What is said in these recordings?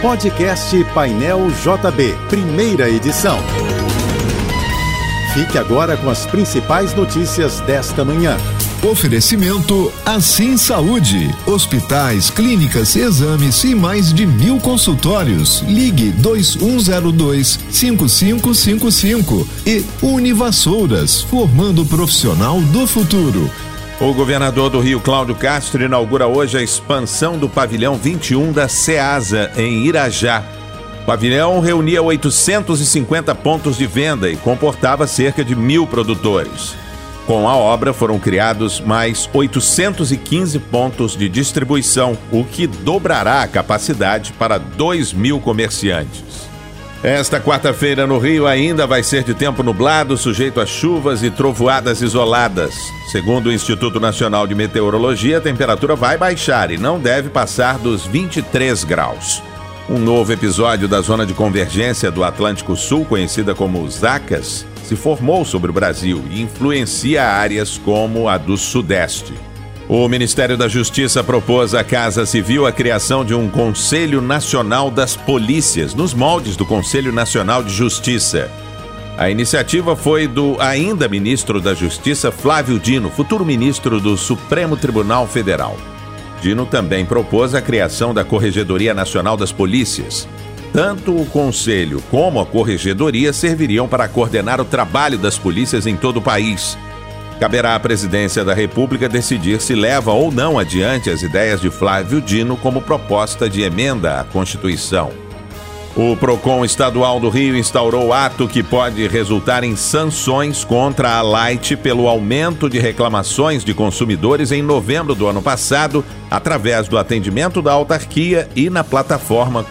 Podcast Painel JB, primeira edição. Fique agora com as principais notícias desta manhã. Oferecimento Assim Saúde, hospitais, clínicas, exames e mais de 1.000 consultórios. Ligue 2102-5555 e Univassouras, formando o profissional do futuro. O governador do Rio, Cláudio Castro, inaugura hoje a expansão do pavilhão 21 da Ceasa, em Irajá. O pavilhão reunia 850 pontos de venda e comportava cerca de 1.000 produtores. Com a obra foram criados mais 815 pontos de distribuição, o que dobrará a capacidade para 2.000 comerciantes. Esta quarta-feira no Rio ainda vai ser de tempo nublado, sujeito a chuvas e trovoadas isoladas. Segundo o Instituto Nacional de Meteorologia, a temperatura vai baixar e não deve passar dos 23 graus. Um novo episódio da zona de convergência do Atlântico Sul, conhecida como ZACAS, se formou sobre o Brasil e influencia áreas como a do Sudeste. O Ministério da Justiça propôs à Casa Civil a criação de um Conselho Nacional das Polícias, nos moldes do Conselho Nacional de Justiça. A iniciativa foi do ainda ministro da Justiça, Flávio Dino, futuro ministro do Supremo Tribunal Federal. Dino também propôs a criação da Corregedoria Nacional das Polícias. Tanto o Conselho como a Corregedoria serviriam para coordenar o trabalho das polícias em todo o país. Caberá à Presidência da República decidir se leva ou não adiante as ideias de Flávio Dino como proposta de emenda à Constituição. O PROCON estadual do Rio instaurou ato que pode resultar em sanções contra a Light pelo aumento de reclamações de consumidores em novembro do ano passado, através do atendimento da autarquia e na plataforma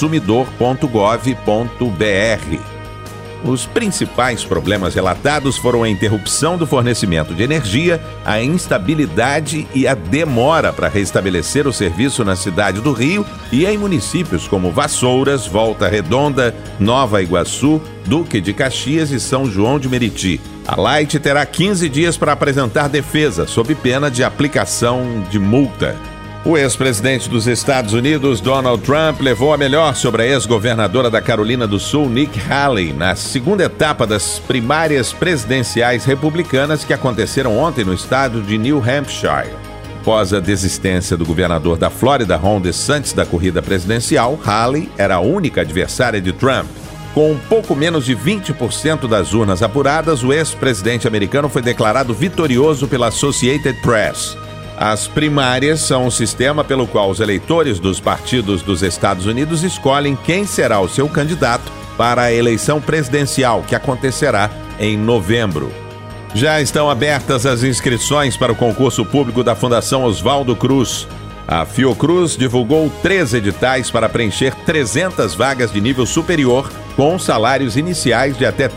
consumidor.gov.br. Os principais problemas relatados foram a interrupção do fornecimento de energia, a instabilidade e a demora para restabelecer o serviço na cidade do Rio e em municípios como Vassouras, Volta Redonda, Nova Iguaçu, Duque de Caxias e São João de Meriti. A Light terá 15 dias para apresentar defesa, sob pena de aplicação de multa. O ex-presidente dos Estados Unidos, Donald Trump, levou a melhor sobre a ex-governadora da Carolina do Sul, Nikki Haley, na segunda etapa das primárias presidenciais republicanas que aconteceram ontem no estado de New Hampshire. Após a desistência do governador da Flórida, Ron DeSantis, da corrida presidencial, Haley era a única adversária de Trump. Com pouco menos de 20% das urnas apuradas, o ex-presidente americano foi declarado vitorioso pela Associated Press. As primárias são um sistema pelo qual os eleitores dos partidos dos Estados Unidos escolhem quem será o seu candidato para a eleição presidencial, que acontecerá em novembro. Já estão abertas as inscrições para o concurso público da Fundação Oswaldo Cruz. A Fiocruz divulgou 3 editais para preencher 300 vagas de nível superior, com salários iniciais de até R$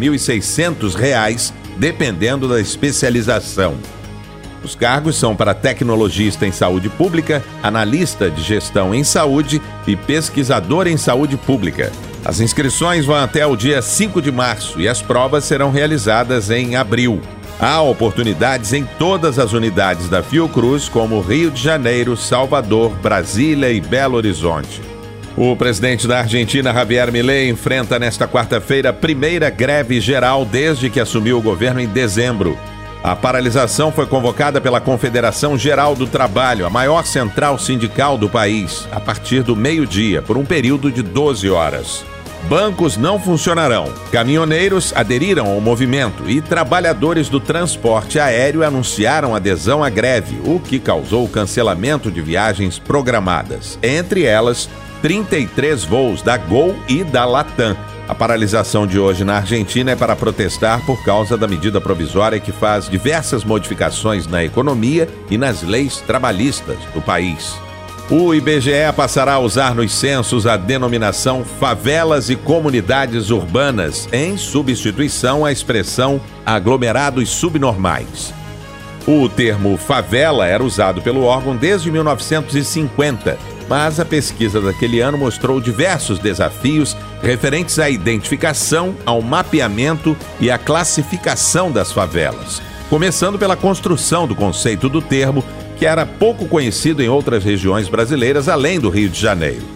13.600, dependendo da especialização. Os cargos são para tecnologista em saúde pública, analista de gestão em saúde e pesquisador em saúde pública. As inscrições vão até o dia 5 de março e as provas serão realizadas em abril. Há oportunidades em todas as unidades da Fiocruz, como Rio de Janeiro, Salvador, Brasília e Belo Horizonte. O presidente da Argentina, Javier Milei, enfrenta nesta quarta-feira a primeira greve geral desde que assumiu o governo em dezembro. A paralisação foi convocada pela Confederação Geral do Trabalho, a maior central sindical do país, a partir do meio-dia, por um período de 12 horas. Bancos não funcionarão, caminhoneiros aderiram ao movimento e trabalhadores do transporte aéreo anunciaram adesão à greve, o que causou o cancelamento de viagens programadas, entre elas 33 voos da Gol e da Latam. A paralisação de hoje na Argentina é para protestar por causa da medida provisória que faz diversas modificações na economia e nas leis trabalhistas do país. O IBGE passará a usar nos censos a denominação favelas e comunidades urbanas, em substituição à expressão aglomerados subnormais. O termo favela era usado pelo órgão desde 1950, mas a pesquisa daquele ano mostrou diversos desafios referentes à identificação, ao mapeamento e à classificação das favelas, começando pela construção do conceito do termo, que era pouco conhecido em outras regiões brasileiras além do Rio de Janeiro.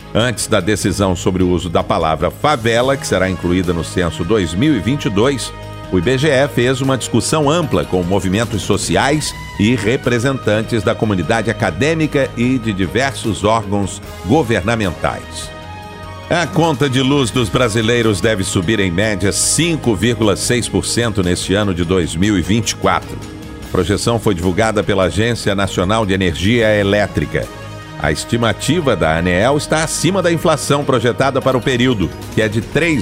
Antes da decisão sobre o uso da palavra favela, que será incluída no censo 2022, o IBGE fez uma discussão ampla com movimentos sociais e representantes da comunidade acadêmica e de diversos órgãos governamentais. A conta de luz dos brasileiros deve subir em média 5,6% neste ano de 2024. A projeção foi divulgada pela Agência Nacional de Energia Elétrica. A estimativa da ANEEL está acima da inflação projetada para o período, que é de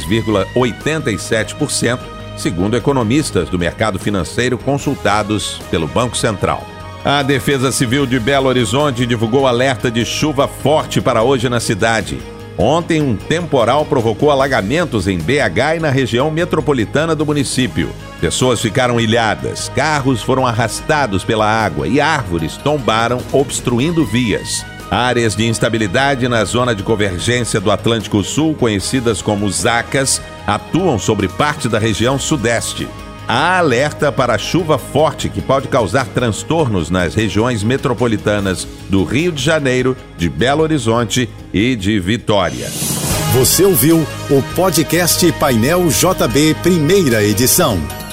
3,87%, segundo economistas do mercado financeiro consultados pelo Banco Central. A Defesa Civil de Belo Horizonte divulgou alerta de chuva forte para hoje na cidade. Ontem, um temporal provocou alagamentos em BH e na região metropolitana do município. Pessoas ficaram ilhadas, carros foram arrastados pela água e árvores tombaram, obstruindo vias. Áreas de instabilidade na zona de convergência do Atlântico Sul, conhecidas como ZACAS, atuam sobre parte da região sudeste. Há alerta para chuva forte que pode causar transtornos nas regiões metropolitanas do Rio de Janeiro, de Belo Horizonte e de Vitória. Você ouviu o podcast Painel JB, primeira edição.